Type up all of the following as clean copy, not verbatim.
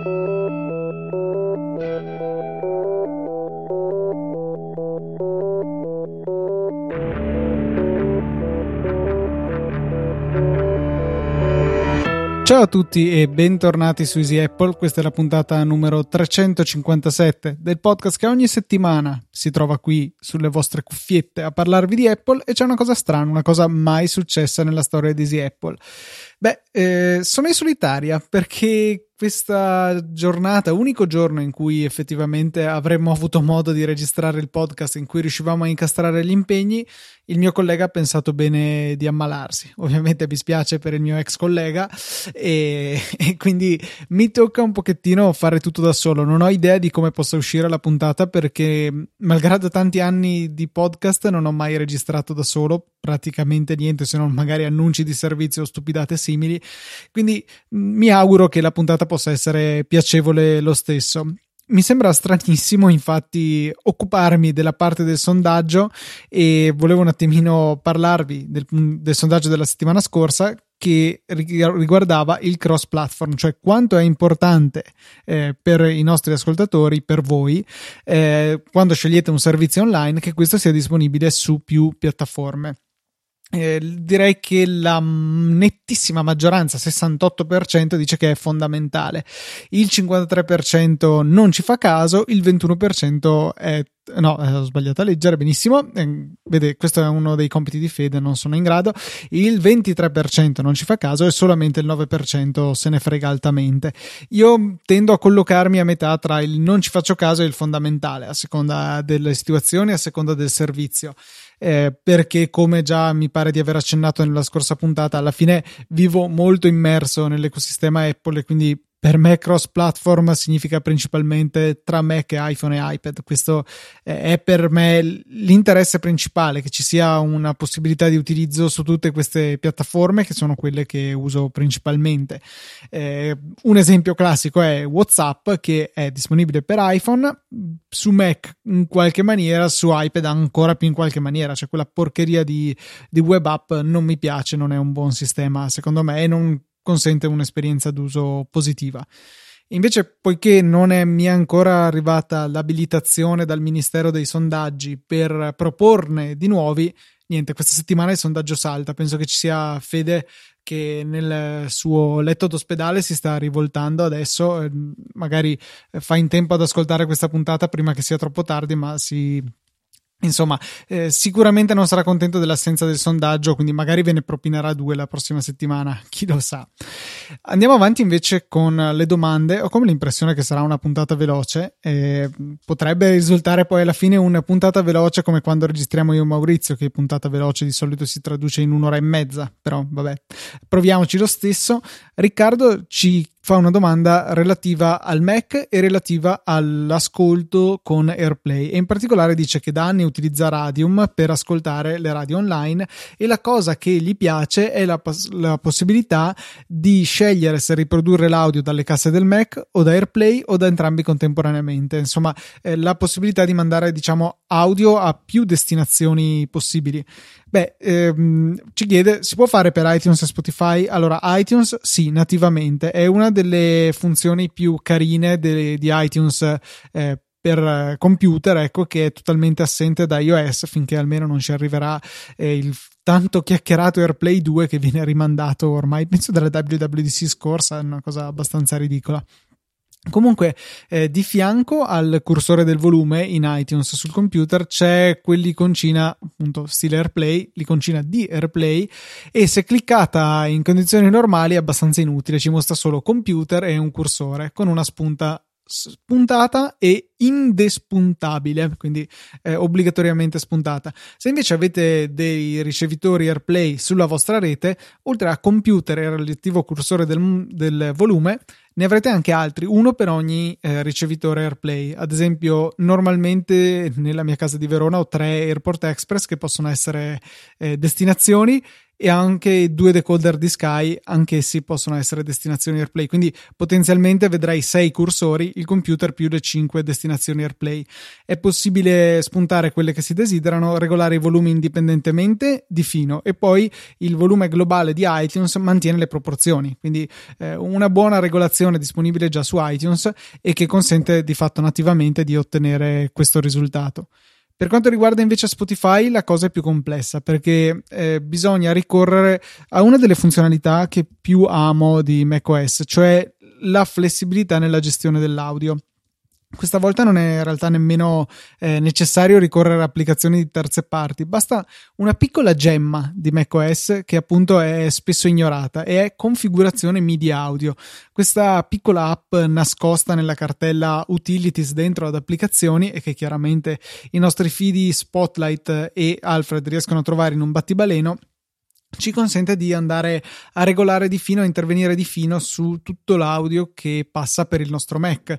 Ciao a tutti e bentornati su Easy Apple. Questa è la puntata numero 357 del podcast che ogni settimana si trova qui sulle vostre cuffiette a parlarvi di Apple, e c'è una cosa strana, una cosa mai successa nella storia di Easy Apple. Sono in solitaria perché questa giornata, unico giorno in cui effettivamente avremmo avuto modo di registrare il podcast, in cui riuscivamo a incastrare gli impegni, il mio collega ha pensato bene di ammalarsi. Ovviamente mi spiace per il mio ex collega e quindi mi tocca un pochettino fare tutto da solo. Non ho idea di come possa uscire la puntata perché, malgrado tanti anni di podcast, non ho mai registrato da solo praticamente niente, se non magari annunci di servizio o stupidate simili. Quindi mi auguro che la puntata possa essere piacevole lo stesso. Mi sembra stranissimo infatti occuparmi della parte del sondaggio, e volevo un attimino parlarvi del sondaggio della settimana scorsa, che riguardava il cross platform, cioè quanto è importante per i nostri ascoltatori, per voi, quando scegliete un servizio online, che questo sia disponibile su più piattaforme. Direi che la nettissima maggioranza, 68%, dice che è fondamentale, il 53% non ci fa caso, il 21% ho sbagliato a leggere, benissimo, vede, questo è uno dei compiti di Fede, non sono in grado, il 23% non ci fa caso e solamente il 9% se ne frega altamente. Io tendo a collocarmi a metà tra il non ci faccio caso e il fondamentale, a seconda delle situazioni, a seconda del servizio. Perché, come già mi pare di aver accennato nella scorsa puntata, alla fine vivo molto immerso nell'ecosistema Apple, e quindi per me cross platform significa principalmente tra Mac e iPhone e iPad. Questo è per me l'interesse principale, che ci sia una possibilità di utilizzo su tutte queste piattaforme, che sono quelle che uso principalmente. Un esempio classico è WhatsApp, che è disponibile per iPhone, su Mac in qualche maniera, su iPad ancora più in qualche maniera. Cioè, quella porcheria di web app non mi piace, non è un buon sistema secondo me e non consente un'esperienza d'uso positiva. Invece, poiché non mi è ancora arrivata l'abilitazione dal Ministero dei Sondaggi per proporne di nuovi, niente, questa settimana il sondaggio salta. Penso che ci sia Fede che nel suo letto d'ospedale si sta rivoltando adesso, magari fa in tempo ad ascoltare questa puntata prima che sia troppo tardi, ma sicuramente non sarà contento dell'assenza del sondaggio, quindi magari ve ne propinerà due la prossima settimana, chi lo sa. Andiamo avanti invece con le domande. Ho come l'impressione che sarà una puntata veloce, potrebbe risultare poi alla fine una puntata veloce come quando registriamo io e Maurizio, che puntata veloce di solito si traduce in 1 ora e mezza, però vabbè, proviamoci lo stesso. Riccardo ci fa una domanda relativa al Mac e relativa all'ascolto con AirPlay, e in particolare dice che da anni utilizza Radium per ascoltare le radio online, e la cosa che gli piace è la possibilità di scegliere se riprodurre l'audio dalle casse del Mac o da AirPlay o da entrambi contemporaneamente. Insomma, la possibilità di mandare, diciamo, audio a più destinazioni possibili. Ci chiede, si può fare per iTunes e Spotify? Allora, iTunes sì, nativamente è una delle funzioni più carine di iTunes per computer, ecco, che è totalmente assente da iOS, finché almeno non ci arriverà il tanto chiacchierato AirPlay 2, che viene rimandato ormai, penso, dalla WWDC scorsa. È una cosa abbastanza ridicola. Comunque, di fianco al cursore del volume in iTunes sul computer c'è quell'iconcina, appunto stile AirPlay, l'iconcina di AirPlay, e se cliccata in condizioni normali è abbastanza inutile, ci mostra solo computer e un cursore con una spunta spuntata e indespuntabile, quindi obbligatoriamente spuntata. Se invece avete dei ricevitori AirPlay sulla vostra rete, oltre a computer e al relativo cursore del volume, ne avrete anche altri, uno per ogni ricevitore AirPlay. Ad esempio, normalmente nella mia casa di Verona ho 3 Airport Express che possono essere destinazioni, e anche 2 decoder di Sky, anch'essi possono essere destinazioni AirPlay, quindi potenzialmente vedrai 6 cursori, il computer più le 5 destinazioni AirPlay. È possibile spuntare quelle che si desiderano, regolare i volumi indipendentemente di fino, e poi il volume globale di iTunes mantiene le proporzioni, quindi una buona regolazione disponibile già su iTunes e che consente di fatto nativamente di ottenere questo risultato. Per quanto riguarda invece Spotify, la cosa è più complessa, perché bisogna ricorrere a una delle funzionalità che più amo di macOS, cioè la flessibilità nella gestione dell'audio. Questa volta non è in realtà nemmeno necessario ricorrere a applicazioni di terze parti, basta una piccola gemma di macOS che appunto è spesso ignorata, e è configurazione MIDI audio. Questa piccola app nascosta nella cartella utilities dentro ad applicazioni, e che chiaramente i nostri feedi Spotlight e Alfred riescono a trovare in un battibaleno, ci consente di andare a regolare di fino, a intervenire di fino su tutto l'audio che passa per il nostro Mac,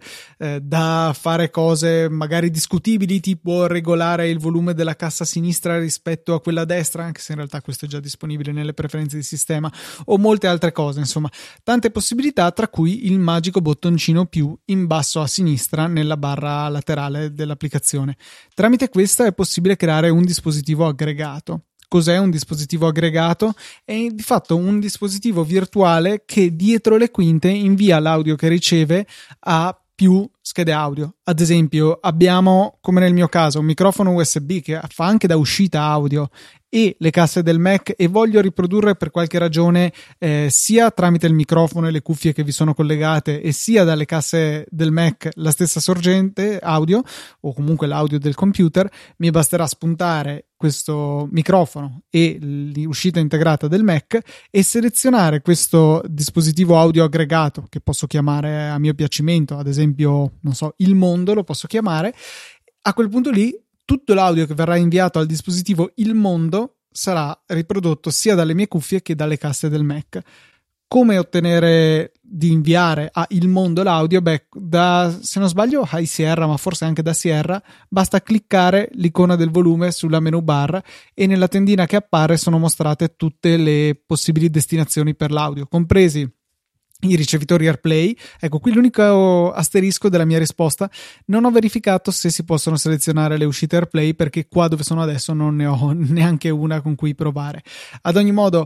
da fare cose magari discutibili, tipo regolare il volume della cassa sinistra rispetto a quella destra, anche se in realtà questo è già disponibile nelle preferenze di sistema, o molte altre cose. Insomma, tante possibilità, tra cui il magico bottoncino più in basso a sinistra nella barra laterale dell'applicazione. Tramite questa è possibile creare un dispositivo aggregato. Cos'è un dispositivo aggregato? È di fatto un dispositivo virtuale che dietro le quinte invia l'audio che riceve a più schede audio. Ad esempio, abbiamo, come nel mio caso, un microfono USB che fa anche da uscita audio e le casse del Mac, e voglio riprodurre per qualche ragione sia tramite il microfono e le cuffie che vi sono collegate, e sia dalle casse del Mac la stessa sorgente audio, o comunque l'audio del computer. Mi basterà spuntare questo microfono e l'uscita integrata del Mac e selezionare questo dispositivo audio aggregato, che posso chiamare a mio piacimento, ad esempio, non so, il mondo lo posso chiamare. A quel punto lì tutto l'audio che verrà inviato al dispositivo Il Mondo sarà riprodotto sia dalle mie cuffie che dalle casse del Mac. Come ottenere di inviare a Il Mondo l'audio? Beh, se non sbaglio High Sierra, ma forse anche da Sierra, basta cliccare l'icona del volume sulla menu bar e nella tendina che appare sono mostrate tutte le possibili destinazioni per l'audio, compresi i ricevitori AirPlay. Ecco, qui l'unico asterisco della mia risposta: non ho verificato se si possono selezionare le uscite AirPlay, perché qua dove sono adesso non ne ho neanche una con cui provare. Ad ogni modo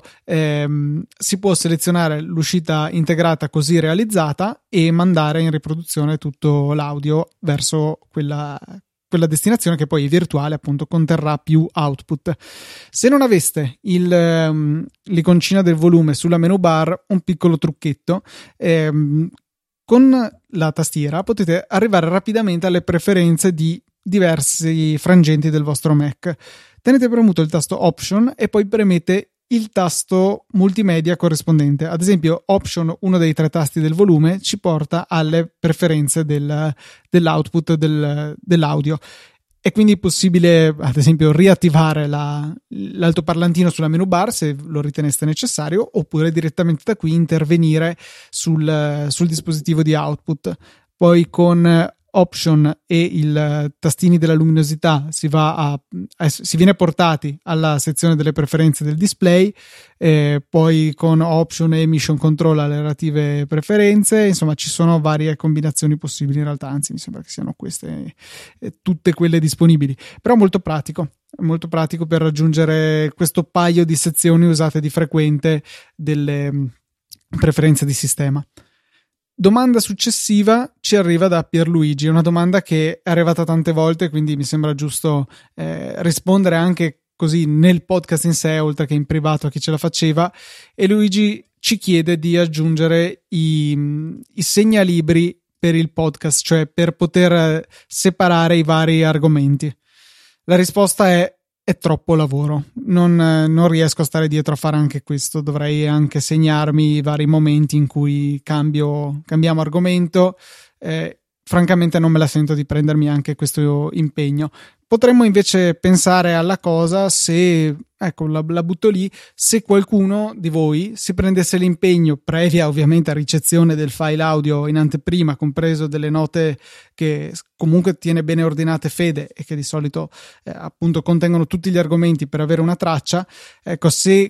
si può selezionare l'uscita integrata così realizzata e mandare in riproduzione tutto l'audio verso quella destinazione, che poi è virtuale, appunto conterrà più output. Se non aveste l'iconcina del volume sulla menu bar, un piccolo trucchetto: con la tastiera potete arrivare rapidamente alle preferenze di diversi frangenti del vostro Mac. Tenete premuto il tasto Option e poi premete il tasto multimedia corrispondente. Ad esempio, Option, uno dei 3 tasti del volume, ci porta alle preferenze dell'output dell'audio. È quindi possibile, ad esempio, riattivare l'altoparlantino sulla menu bar se lo riteneste necessario, oppure direttamente da qui intervenire sul dispositivo di output. Poi con Option e il tastini della luminosità si viene portati alla sezione delle preferenze del display, poi con Option e Emission Control alle relative preferenze. Insomma, ci sono varie combinazioni possibili, in realtà, anzi mi sembra che siano queste tutte quelle disponibili, però molto pratico per raggiungere questo paio di sezioni usate di frequente delle preferenze di sistema. Domanda successiva ci arriva da Pierluigi, è una domanda che è arrivata tante volte, quindi mi sembra giusto rispondere anche così nel podcast in sé, oltre che in privato a chi ce la faceva. E Luigi ci chiede di aggiungere i segnalibri per il podcast, cioè per poter separare i vari argomenti. La risposta è troppo lavoro, non riesco a stare dietro a fare anche questo. Dovrei anche segnarmi i vari momenti in cui cambiamo argomento. Francamente non me la sento di prendermi anche questo impegno. Potremmo invece pensare alla cosa se, ecco, la butto lì, se qualcuno di voi si prendesse l'impegno, previa ovviamente ricezione del file audio in anteprima, compreso delle note che comunque tiene bene ordinate Fede e che di solito appunto contengono tutti gli argomenti per avere una traccia. Ecco, se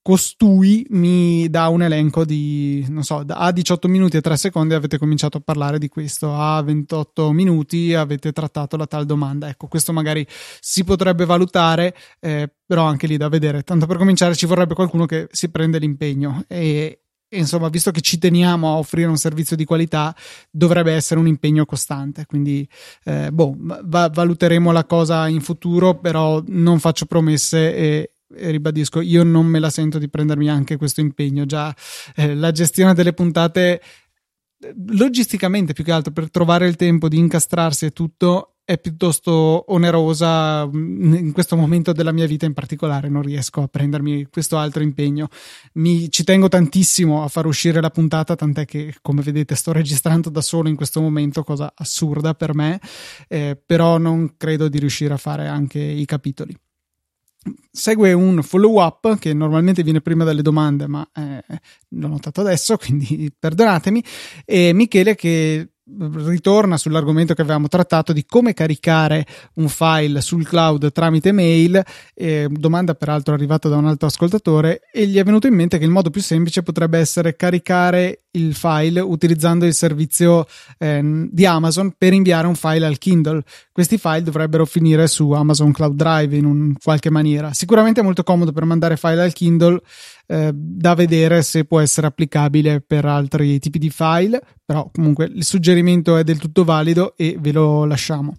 costui mi dà un elenco di, non so, a 18 minuti e 3 secondi avete cominciato a parlare di questo, a 28 minuti avete trattato la tal domanda. Ecco, questo magari si potrebbe valutare, però anche lì da vedere. Tanto per cominciare ci vorrebbe qualcuno che si prende l'impegno e insomma, visto che ci teniamo a offrire un servizio di qualità, dovrebbe essere un impegno costante. Quindi, valuteremo la cosa in futuro, però non faccio promesse e ribadisco, io non me la sento di prendermi anche questo impegno. Già la gestione delle puntate logisticamente, più che altro per trovare il tempo di incastrarsi e tutto, è piuttosto onerosa. In questo momento della mia vita in particolare non riesco a prendermi questo altro impegno. Ci tengo tantissimo a far uscire la puntata, tant'è che, come vedete, sto registrando da solo in questo momento, cosa assurda per me, però non credo di riuscire a fare anche i capitoli. Segue un follow up che normalmente viene prima delle domande, ma l'ho notato adesso, quindi perdonatemi. E Michele che ritorna sull'argomento che avevamo trattato di come caricare un file sul cloud tramite mail, domanda peraltro arrivata da un altro ascoltatore, e gli è venuto in mente che il modo più semplice potrebbe essere caricare il file utilizzando il servizio di Amazon per inviare un file al Kindle. Questi file dovrebbero finire su Amazon Cloud Drive in un qualche maniera. Sicuramente è molto comodo per mandare file al Kindle, da vedere se può essere applicabile per altri tipi di file, però comunque il suggerimento è del tutto valido e ve lo lasciamo.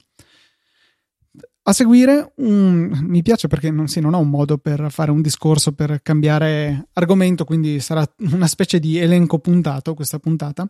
A seguire mi piace perché non ho un modo per fare un discorso per cambiare argomento, quindi sarà una specie di elenco puntato questa puntata,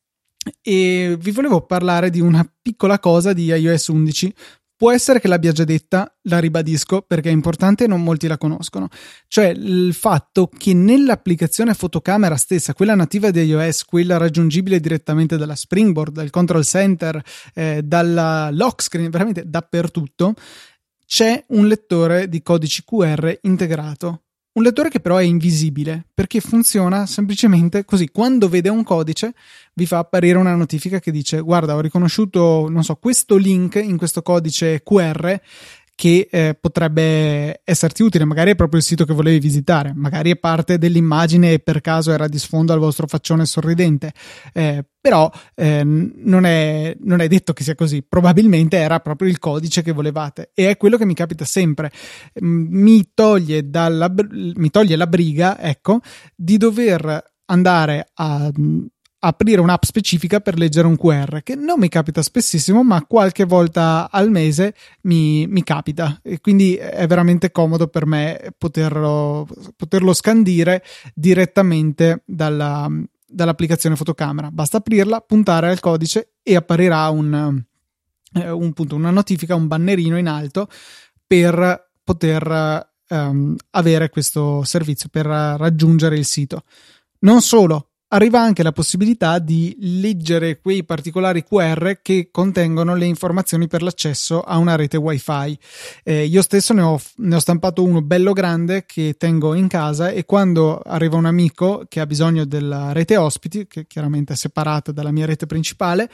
e vi volevo parlare di una piccola cosa di iOS 11. Può essere che l'abbia già detta, la ribadisco perché è importante e non molti la conoscono, cioè il fatto che nell'applicazione fotocamera stessa, quella nativa di iOS, quella raggiungibile direttamente dalla Springboard, dal Control Center, dalla lock screen, veramente dappertutto, c'è un lettore di codici QR integrato. Un lettore che però è invisibile perché funziona semplicemente così: quando vede un codice vi fa apparire una notifica che dice: guarda, ho riconosciuto, non so, questo link in questo codice QR che potrebbe esserti utile, magari è proprio il sito che volevi visitare, magari è parte dell'immagine e per caso era di sfondo al vostro faccione sorridente, però non è detto che sia così, probabilmente era proprio il codice che volevate, e è quello che mi capita sempre. Mi toglie la briga, ecco, di dover andare a aprire un'app specifica per leggere un QR, che non mi capita spessissimo, ma qualche volta al mese mi capita, e quindi è veramente comodo per me poterlo scandire direttamente dall'applicazione fotocamera. Basta aprirla, puntare al codice e apparirà una notifica, un bannerino in alto per poter avere questo servizio, per raggiungere il sito. Non solo, arriva anche la possibilità di leggere quei particolari QR che contengono le informazioni per l'accesso a una rete wifi. Io stesso ne ho stampato uno bello grande che tengo in casa, e quando arriva un amico che ha bisogno della rete ospiti, che chiaramente è separata dalla mia rete principale,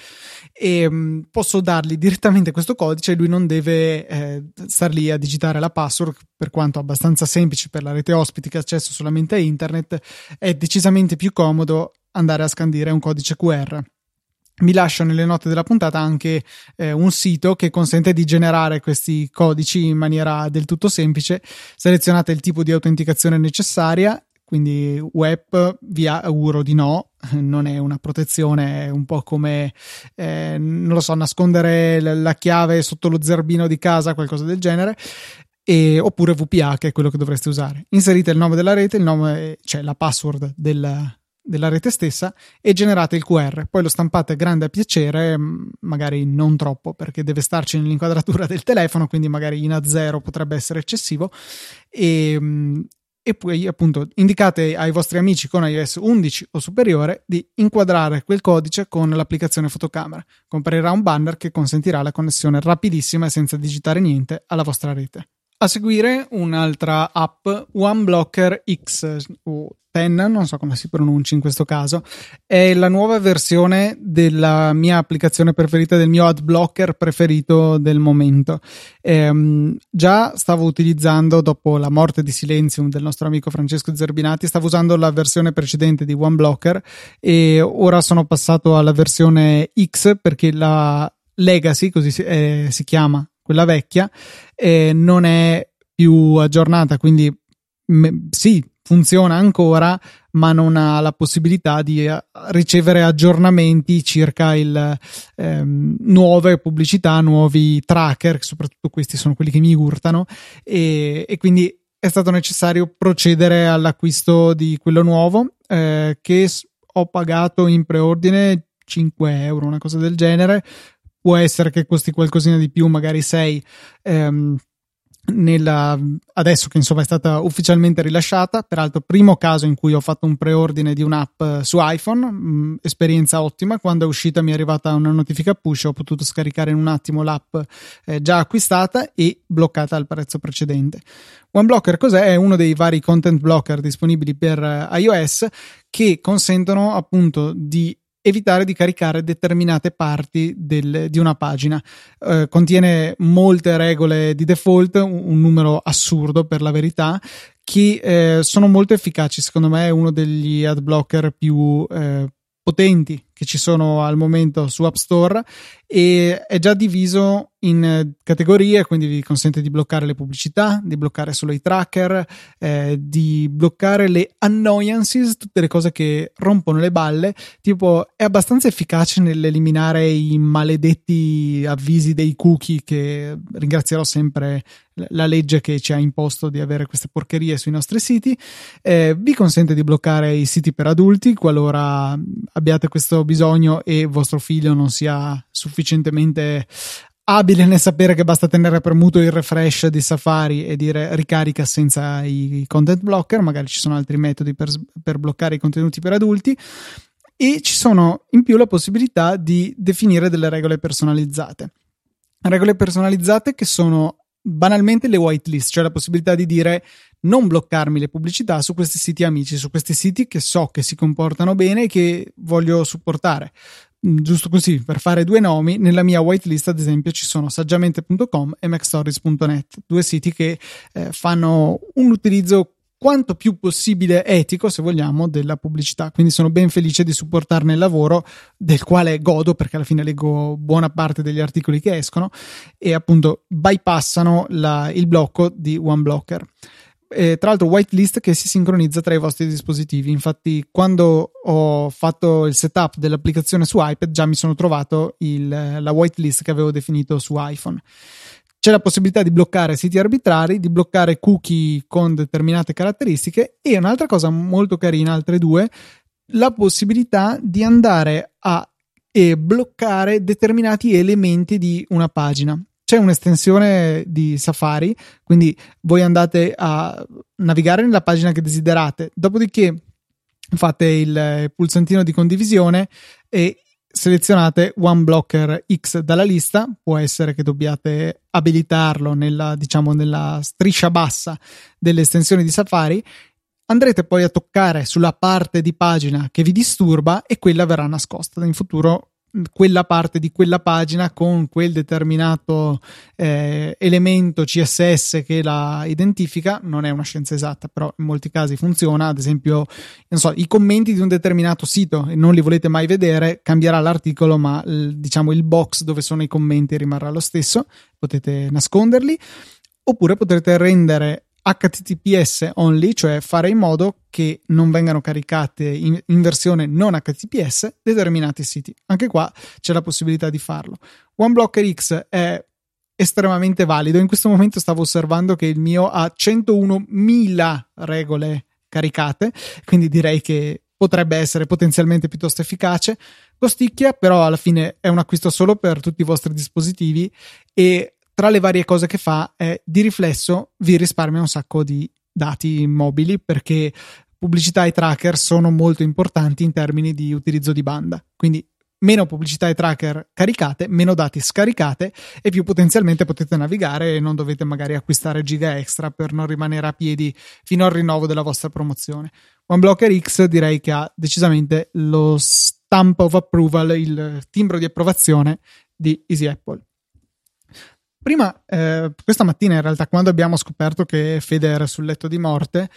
e posso dargli direttamente questo codice e lui non deve star lì a digitare la password, per quanto abbastanza semplice per la rete ospiti che ha accesso solamente a internet. È decisamente più comodo andare a scandire un codice QR. Mi lascio nelle note della puntata anche un sito che consente di generare questi codici in maniera del tutto semplice. Selezionate il tipo di autenticazione necessaria, quindi web, vi auguro di no, non è una protezione, è un po' come non lo so, nascondere la chiave sotto lo zerbino di casa, qualcosa del genere. Oppure VPA, che è quello che dovreste usare. Inserite il nome della rete, cioè la password della rete stessa, e generate il QR. Poi lo stampate grande a piacere, magari non troppo perché deve starci nell'inquadratura del telefono, quindi magari in A0 potrebbe essere eccessivo, e poi appunto indicate ai vostri amici con iOS 11 o superiore di inquadrare quel codice con l'applicazione fotocamera. Comparirà un banner che consentirà la connessione rapidissima e senza digitare niente alla vostra rete. A seguire un'altra app, OneBlocker X, o 10, non so come si pronunci in questo caso, è la nuova versione della mia applicazione preferita, del mio ad blocker preferito del momento. Già stavo utilizzando, dopo la morte di Silenzium del nostro amico Francesco Zerbinati, stavo usando la versione precedente di OneBlocker e ora sono passato alla versione X, perché la Legacy, così si chiama, quella vecchia, non è più aggiornata, quindi sì, funziona ancora, ma non ha la possibilità di ricevere aggiornamenti circa nuove pubblicità, nuovi tracker, soprattutto questi sono quelli che mi urtano, e quindi è stato necessario procedere all'acquisto di quello nuovo, che ho pagato in preordine 5 euro, una cosa del genere. Può essere che costi qualcosina di più, magari 6, adesso che insomma è stata ufficialmente rilasciata. Peraltro, primo caso in cui ho fatto un preordine di un'app su iPhone, esperienza ottima. Quando è uscita mi è arrivata una notifica push, ho potuto scaricare in un attimo l'app già acquistata e bloccata al prezzo precedente. OneBlocker cos'è? È uno dei vari content blocker disponibili per iOS, che consentono appunto di evitare di caricare determinate parti di una pagina. Contiene molte regole di default, un numero assurdo per la verità, che sono molto efficaci. Secondo me è uno degli ad blocker più potenti che ci sono al momento su App Store, e è già diviso in categorie, quindi vi consente di bloccare le pubblicità, di bloccare solo i tracker, di bloccare le annoyances, tutte le cose che rompono le balle. Tipo, è abbastanza efficace nell'eliminare i maledetti avvisi dei cookie, che ringrazierò sempre la legge che ci ha imposto di avere queste porcherie sui nostri siti. Vi consente di bloccare i siti per adulti qualora abbiate questo bisogno e vostro figlio non sia sufficientemente abile nel sapere che basta tenere premuto il refresh di Safari e dire ricarica senza i content blocker. Magari ci sono altri metodi per bloccare i contenuti per adulti, e ci sono in più la possibilità di definire delle regole personalizzate che sono banalmente le whitelist, cioè la possibilità di dire: non bloccarmi le pubblicità su questi siti amici, su questi siti che so che si comportano bene e che voglio supportare. Giusto così, per fare due nomi, nella mia whitelist ad esempio ci sono saggiamente.com e macstories.net, due siti che fanno un utilizzo quanto più possibile etico, se vogliamo, della pubblicità. Quindi sono ben felice di supportarne il lavoro, del quale godo, perché alla fine leggo buona parte degli articoli che escono, e appunto bypassano il blocco di OneBlocker. Tra l'altro whitelist che si sincronizza tra i vostri dispositivi. Infatti, quando ho fatto il setup dell'applicazione su iPad, già mi sono trovato la whitelist che avevo definito su iPhone. C'è la possibilità di bloccare siti arbitrari, di bloccare cookie con determinate caratteristiche, e un'altra cosa molto carina, altre due, la possibilità di andare a bloccare determinati elementi di una pagina. C'è un'estensione di Safari, quindi voi andate a navigare nella pagina che desiderate, dopodiché fate il pulsantino di condivisione e selezionate OneBlocker X dalla lista. Può essere che dobbiate abilitarlo nella striscia bassa delle estensioni di Safari. Andrete poi a toccare sulla parte di pagina che vi disturba e quella verrà nascosta. In futuro quella parte di quella pagina con quel determinato elemento CSS che la identifica. Non è una scienza esatta, però in molti casi funziona. Ad esempio, non so, i commenti di un determinato sito e non li volete mai vedere, cambierà l'articolo, ma il box dove sono i commenti rimarrà lo stesso. Potete nasconderli, oppure potrete rendere HTTPS only, cioè fare in modo che non vengano caricate in versione non HTTPS determinati siti. Anche qua c'è la possibilità di farlo. OneBlocker X è estremamente valido. In questo momento stavo osservando che il mio ha 101.000 regole caricate, quindi direi che potrebbe essere potenzialmente piuttosto efficace. Costicchia, però alla fine è un acquisto solo per tutti i vostri dispositivi, e tra le varie cose che fa, di riflesso vi risparmia un sacco di dati mobili, perché pubblicità e tracker sono molto importanti in termini di utilizzo di banda. Quindi meno pubblicità e tracker caricate, meno dati scaricate e più potenzialmente potete navigare e non dovete magari acquistare giga extra per non rimanere a piedi fino al rinnovo della vostra promozione. OneBlocker X direi che ha decisamente lo stamp of approval, il timbro di approvazione di Easy Apple. Prima, questa mattina in realtà, quando abbiamo scoperto che Fede era sul letto di morte,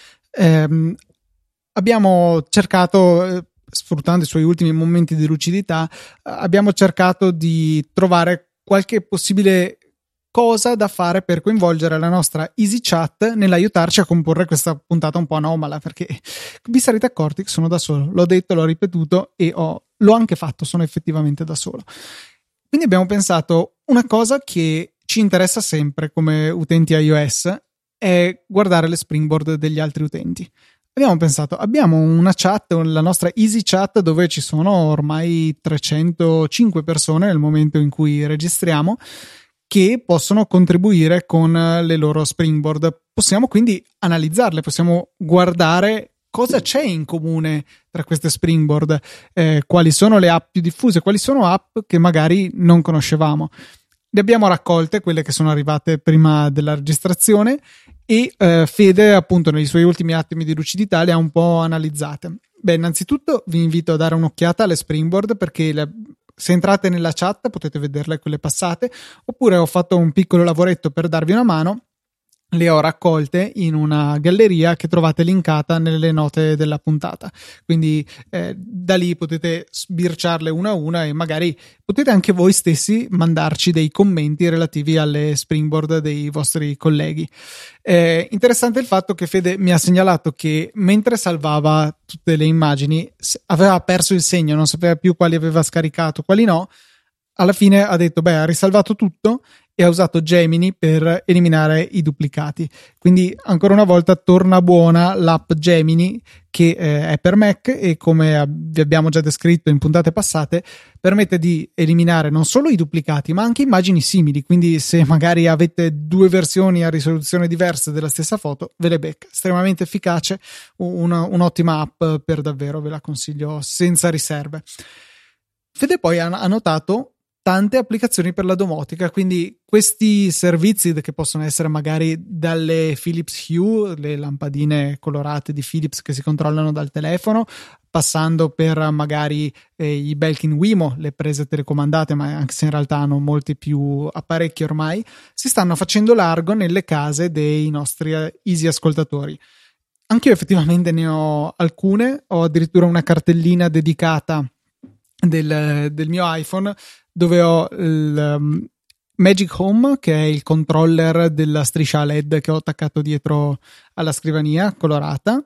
abbiamo cercato, sfruttando i suoi ultimi momenti di lucidità, abbiamo cercato di trovare qualche possibile cosa da fare per coinvolgere la nostra EasyChat nell'aiutarci a comporre questa puntata un po' anomala, perché vi sarete accorti che sono da solo, l'ho detto, l'ho ripetuto e l'ho anche fatto, sono effettivamente da solo. Quindi abbiamo pensato una cosa che ci interessa sempre come utenti iOS è guardare le Springboard degli altri utenti. Abbiamo pensato, abbiamo una chat, la nostra EasyChat, dove ci sono ormai 305 persone nel momento in cui registriamo, che possono contribuire con le loro Springboard. Possiamo quindi analizzarle, possiamo guardare cosa c'è in comune tra queste Springboard, quali sono le app più diffuse, quali sono app che magari non conoscevamo. Le abbiamo raccolte, quelle che sono arrivate prima della registrazione, e Fede, appunto, nei suoi ultimi attimi di lucidità le ha un po' analizzate. Beh, innanzitutto vi invito a dare un'occhiata alle Springboard, perché se entrate nella chat potete vederle quelle passate, oppure ho fatto un piccolo lavoretto per darvi una mano. Le ho raccolte in una galleria che trovate linkata nelle note della puntata, quindi da lì potete sbirciarle una a una e magari potete anche voi stessi mandarci dei commenti relativi alle Springboard dei vostri colleghi. Interessante il fatto che Fede mi ha segnalato che mentre salvava tutte le immagini aveva perso il segno, non sapeva più quali aveva scaricato, quali no. Alla fine ha detto, ha risalvato tutto e ha usato Gemini per eliminare i duplicati. Quindi ancora una volta torna buona l'app Gemini, che è per Mac e, come vi abbiamo già descritto in puntate passate, permette di eliminare non solo i duplicati ma anche immagini simili. Quindi se magari avete due versioni a risoluzione diverse della stessa foto, ve le becca. Estremamente efficace, un'ottima app per davvero, ve la consiglio senza riserve. Fede poi ha notato tante applicazioni per la domotica, quindi questi servizi che possono essere magari dalle Philips Hue, le lampadine colorate di Philips che si controllano dal telefono, passando per magari i Belkin Wemo, le prese telecomandate, ma anche se in realtà hanno molti più apparecchi ormai, si stanno facendo largo nelle case dei nostri easy ascoltatori. Anch'io effettivamente ne ho alcune, ho addirittura una cartellina dedicata del mio iPhone, dove ho il Magic Home, che è il controller della striscia LED che ho attaccato dietro alla scrivania colorata,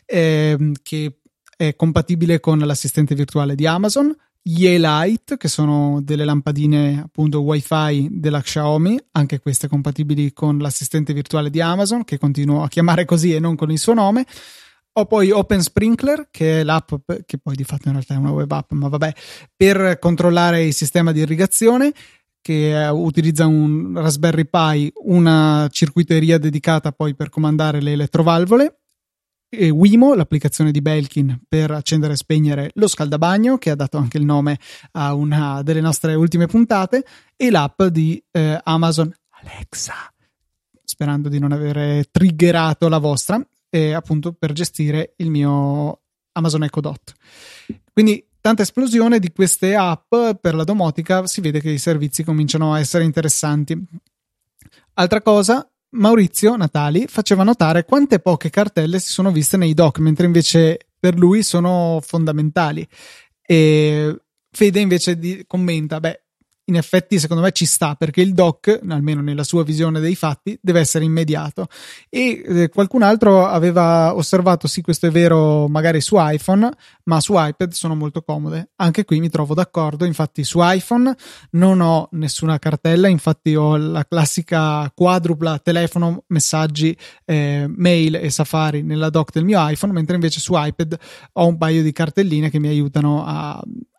che è compatibile con l'assistente virtuale di Amazon. Yeelight, che sono delle lampadine appunto Wi-Fi della Xiaomi, anche queste compatibili con l'assistente virtuale di Amazon, che continuo a chiamare così e non con il suo nome. Ho poi Open Sprinkler, che è l'app che poi di fatto in realtà è una web app, ma vabbè, per controllare il sistema di irrigazione, che utilizza un Raspberry Pi, una circuiteria dedicata poi per comandare le elettrovalvole, e Wemo, l'applicazione di Belkin per accendere e spegnere lo scaldabagno, che ha dato anche il nome a una delle nostre ultime puntate, e l'app di Amazon Alexa, sperando di non avere triggerato la vostra, appunto per gestire il mio Amazon Echo Dot. Quindi tanta esplosione di queste app per la domotica, si vede che i servizi cominciano a essere interessanti. Altra cosa, Maurizio Natali faceva notare quante poche cartelle si sono viste nei doc, mentre invece per lui sono fondamentali. E Fede invece commenta, in effetti secondo me ci sta, perché il dock, almeno nella sua visione dei fatti, deve essere immediato. E qualcun altro aveva osservato, sì, questo è vero magari su iPhone, ma su iPad sono molto comode. Anche qui mi trovo d'accordo. Infatti su iPhone non ho nessuna cartella, infatti ho la classica quadrupla telefono, messaggi, mail e Safari nella dock del mio iPhone, mentre invece su iPad ho un paio di cartelline che mi aiutano a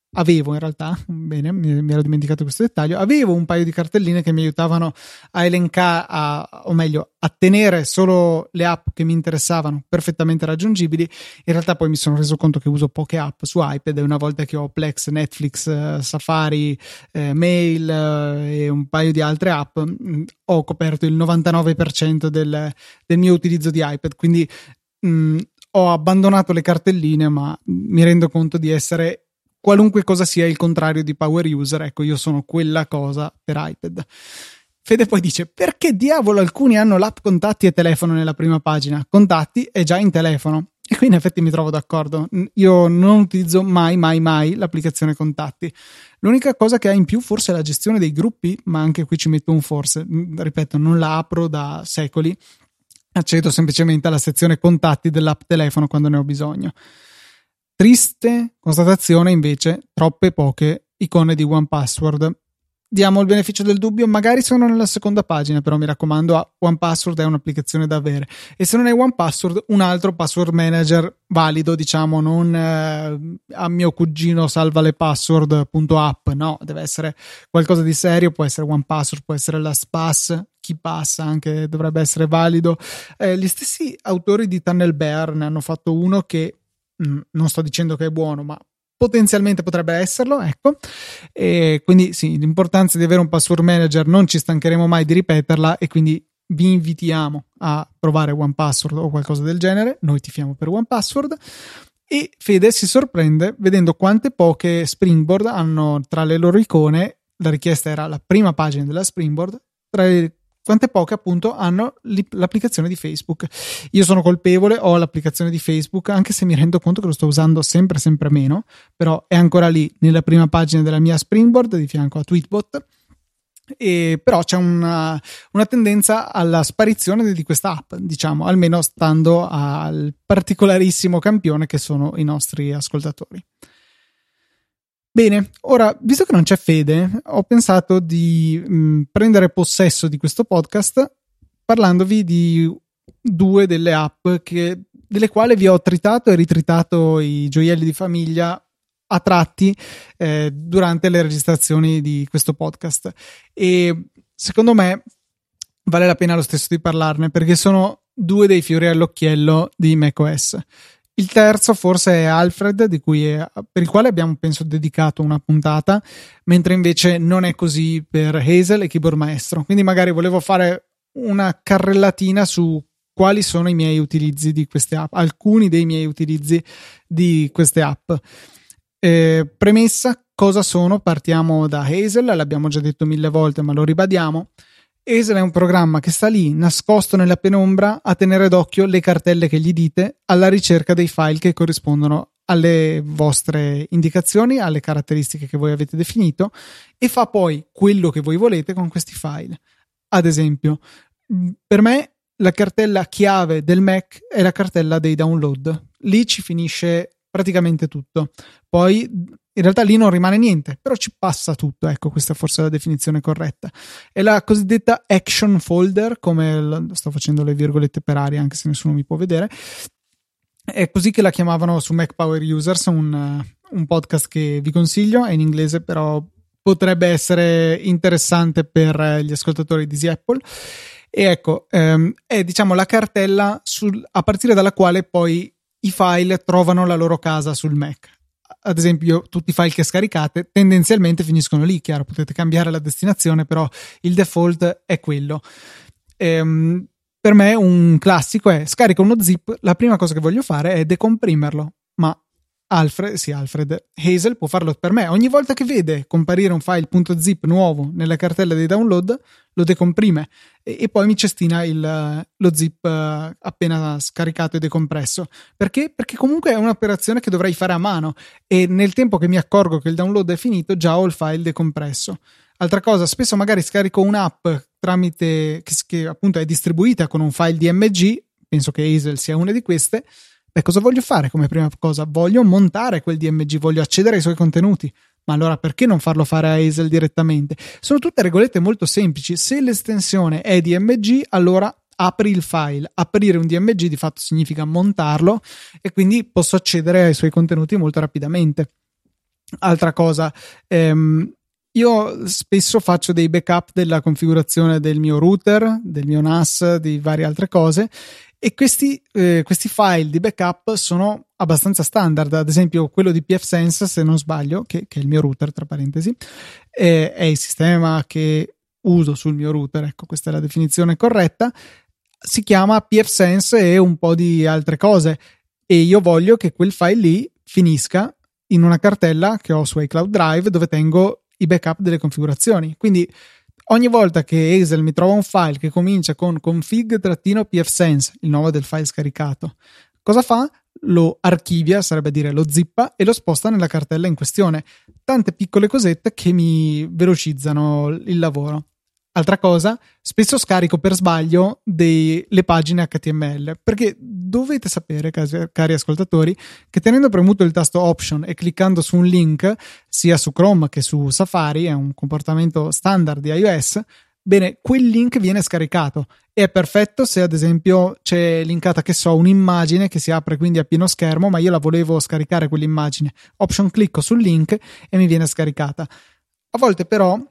avevo in realtà, bene, mi ero dimenticato questo dettaglio, avevo un paio di cartelline che mi aiutavano a elencare, o meglio, a tenere solo le app che mi interessavano perfettamente raggiungibili. In realtà poi mi sono reso conto che uso poche app su iPad, e una volta che ho Plex, Netflix, Safari, Mail e un paio di altre app, ho coperto il 99% del mio utilizzo di iPad, quindi ho abbandonato le cartelline, ma mi rendo conto di essere, qualunque cosa sia, il contrario di power user. Ecco, io sono quella cosa per iPad. Fede poi dice: perché diavolo alcuni hanno l'app contatti e telefono nella prima pagina? Contatti è già in telefono. E qui in effetti mi trovo d'accordo. Io non utilizzo mai l'applicazione contatti. L'unica cosa che ha in più forse è la gestione dei gruppi, ma anche qui ci metto un forse. Ripeto, non la apro da secoli, accedo semplicemente alla sezione contatti dell'app telefono quando ne ho bisogno. Triste constatazione invece, troppe poche icone di OnePassword. Diamo il beneficio del dubbio, magari sono nella seconda pagina, però mi raccomando, OnePassword è un'applicazione da avere, e se non è OnePassword, un altro password manager valido, diciamo, non a mio cugino salva le password.app, no, deve essere qualcosa di serio. Può essere OnePassword, può essere LastPass, KeePass anche dovrebbe essere valido. Gli stessi autori di Tunnelbear ne hanno fatto uno che non sto dicendo che è buono, ma potenzialmente potrebbe esserlo, ecco. E quindi sì, l'importanza di avere un password manager non ci stancheremo mai di ripeterla, e quindi vi invitiamo a provare OnePassword o qualcosa del genere. Noi tifiamo per OnePassword. E Fede si sorprende vedendo quante poche Springboard hanno tra le loro icone. La richiesta era la prima pagina della Springboard, tra le quante poche appunto hanno l'applicazione di Facebook. Io sono colpevole, ho l'applicazione di Facebook, anche se mi rendo conto che lo sto usando sempre meno, però è ancora lì nella prima pagina della mia Springboard di fianco a Tweetbot. E però c'è una tendenza alla sparizione di questa app, diciamo, almeno stando al particolarissimo campione che sono i nostri ascoltatori. Bene, ora, visto che non c'è Fede, ho pensato di prendere possesso di questo podcast parlandovi di due delle app delle quali vi ho tritato e ritritato i gioielli di famiglia a tratti durante le registrazioni di questo podcast, e secondo me vale la pena lo stesso di parlarne, perché sono due dei fiori all'occhiello di macOS. Il terzo forse è Alfred, per il quale abbiamo penso dedicato una puntata, mentre invece non è così per Hazel e Keyboard Maestro. Quindi magari volevo fare una carrellatina su quali sono i miei utilizzi di queste app, alcuni dei miei utilizzi di queste app. Premessa, cosa sono? Partiamo da Hazel, l'abbiamo già detto 1000 volte, ma lo ribadiamo. Hazel è un programma che sta lì, nascosto nella penombra, a tenere d'occhio le cartelle che gli dite, alla ricerca dei file che corrispondono alle vostre indicazioni, alle caratteristiche che voi avete definito, e fa poi quello che voi volete con questi file. Ad esempio, per me la cartella chiave del Mac è la cartella dei download. Lì ci finisce praticamente tutto. Poi in realtà lì non rimane niente, però ci passa tutto, ecco, questa forse è la definizione corretta. È la cosiddetta action folder, sto facendo le virgolette per aria anche se nessuno mi può vedere. È così che la chiamavano su Mac Power Users, un podcast che vi consiglio, è in inglese però potrebbe essere interessante per gli ascoltatori di Easy Apple. E ecco, è diciamo la cartella a partire dalla quale poi i file trovano la loro casa sul Mac. Ad esempio, tutti i file che scaricate tendenzialmente finiscono lì. Chiaro, potete cambiare la destinazione, però il default è quello. Per me un classico è: scarico uno zip, la prima cosa che voglio fare è decomprimerlo, ma Hazel può farlo per me. Ogni volta che vede comparire un file .zip nuovo nella cartella dei download, lo decomprime e poi mi cestina lo zip appena scaricato e decompresso. Perché? Perché comunque è un'operazione che dovrei fare a mano, e nel tempo che mi accorgo che il download è finito già ho il file decompresso. Altra cosa, spesso magari scarico un'app tramite che appunto è distribuita con un file DMG, penso che Hazel sia una di queste. Beh, cosa voglio fare come prima cosa? Voglio montare quel DMG, voglio accedere ai suoi contenuti. Ma allora perché non farlo fare a Hazel direttamente? Sono tutte regolette molto semplici. Se l'estensione è DMG, allora apri il file. Aprire un DMG di fatto significa montarlo, e quindi posso accedere ai suoi contenuti molto rapidamente. Altra cosa, io spesso faccio dei backup della configurazione del mio router, del mio NAS, di varie altre cose, e questi file di backup sono abbastanza standard. Ad esempio quello di pfSense, se non sbaglio, che è il mio router, tra parentesi, è il sistema che uso sul mio router, ecco, questa è la definizione corretta, si chiama pfSense e un po' di altre cose, e io voglio che quel file lì finisca in una cartella che ho su iCloud Drive dove tengo i backup delle configurazioni. Quindi ogni volta che Hazel mi trova un file che comincia con config-pfSense, il nome del file scaricato, cosa fa? Lo archivia, sarebbe a dire lo zippa, e lo sposta nella cartella in questione. Tante piccole cosette che mi velocizzano il lavoro. Altra cosa, spesso scarico per sbaglio le pagine HTML, perché dovete sapere, cari ascoltatori, che tenendo premuto il tasto Option e cliccando su un link, sia su Chrome che su Safari, è un comportamento standard di iOS, bene, quel link viene scaricato e è perfetto se ad esempio c'è linkata, che so, un'immagine che si apre quindi a pieno schermo, ma io la volevo scaricare quell'immagine. Option, clicco sul link e mi viene scaricata. A volte però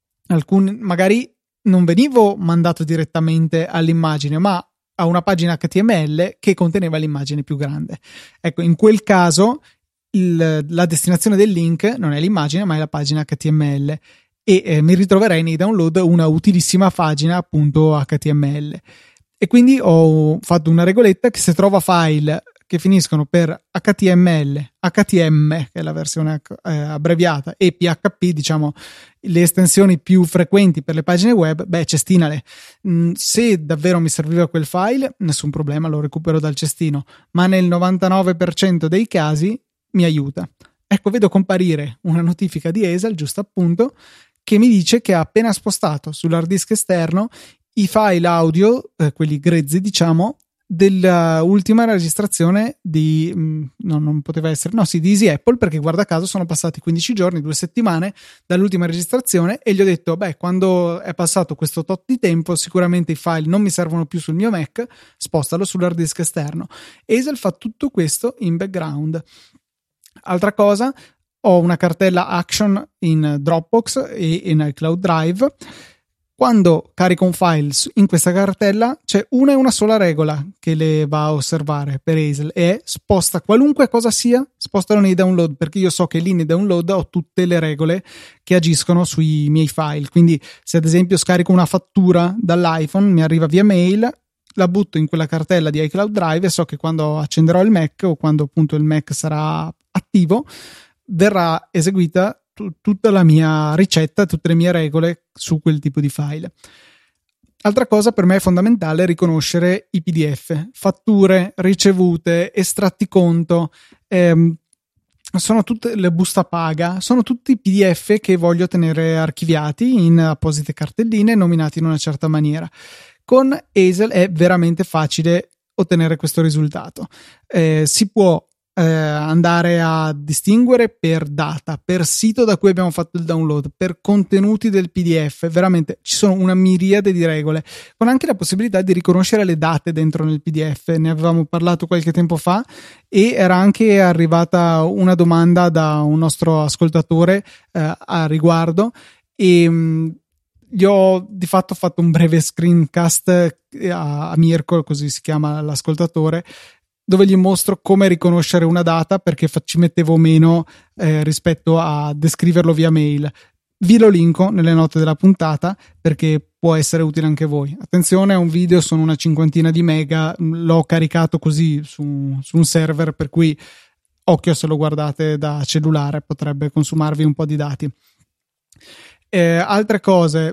magari non venivo mandato direttamente all'immagine, ma a una pagina HTML che conteneva l'immagine più grande. Ecco, in quel caso la destinazione del link non è l'immagine, ma è la pagina HTML, e mi ritroverei nei download una utilissima pagina appunto HTML. E quindi ho fatto una regoletta che se trova file che finiscono per HTML, HTM, che è la versione abbreviata, e PHP, diciamo le estensioni più frequenti per le pagine web, cestinale. Se davvero mi serviva quel file, nessun problema, lo recupero dal cestino, ma nel 99% dei casi mi aiuta. Ecco, vedo comparire una notifica di Hazel, giusto appunto, che mi dice che ha appena spostato sull'hard disk esterno i file audio, quelli grezzi diciamo, dell'ultima registrazione di non poteva essere, no sì, di Easy Apple, perché guarda caso sono passati 15 giorni, 2 settimane dall'ultima registrazione, e gli ho detto quando è passato questo tot di tempo sicuramente i file non mi servono più sul mio Mac, spostalo sull'hard disk esterno. Hazel fa tutto questo in background. Altra cosa, ho una cartella Action in Dropbox e in iCloud Drive. Quando carico un file in questa cartella c'è una sola regola che le va a osservare per Hazel, e sposta qualunque cosa sia, spostalo nei download, perché io so che lì nei download ho tutte le regole che agiscono sui miei file. Quindi se ad esempio scarico una fattura dall'iPhone, mi arriva via mail, la butto in quella cartella di iCloud Drive e so che quando accenderò il Mac, o quando appunto il Mac sarà attivo, verrà eseguita tutta la mia ricetta, tutte le mie regole su quel tipo di file. Altra cosa, per me è fondamentale riconoscere i PDF, fatture, ricevute, estratti conto, sono tutte le busta paga, sono tutti PDF che voglio tenere archiviati in apposite cartelline nominati in una certa maniera. Con Hazel è veramente facile ottenere questo risultato. Si può andare a distinguere per data, per sito da cui abbiamo fatto il download, per contenuti del PDF. Veramente ci sono una miriade di regole, con anche la possibilità di riconoscere le date dentro nel PDF. Ne avevamo parlato qualche tempo fa e era anche arrivata una domanda da un nostro ascoltatore a riguardo, e gli ho di fatto fatto un breve screencast a Mirko, così si chiama l'ascoltatore, dove gli mostro come riconoscere una data, perché ci mettevo meno rispetto a descriverlo via mail. Vi lo linko nelle note della puntata perché può essere utile anche a voi. Attenzione, è un video, sono una 50 di mega, l'ho caricato così su un server, per cui occhio se lo guardate da cellulare, potrebbe consumarvi un po' di dati. Altre cose,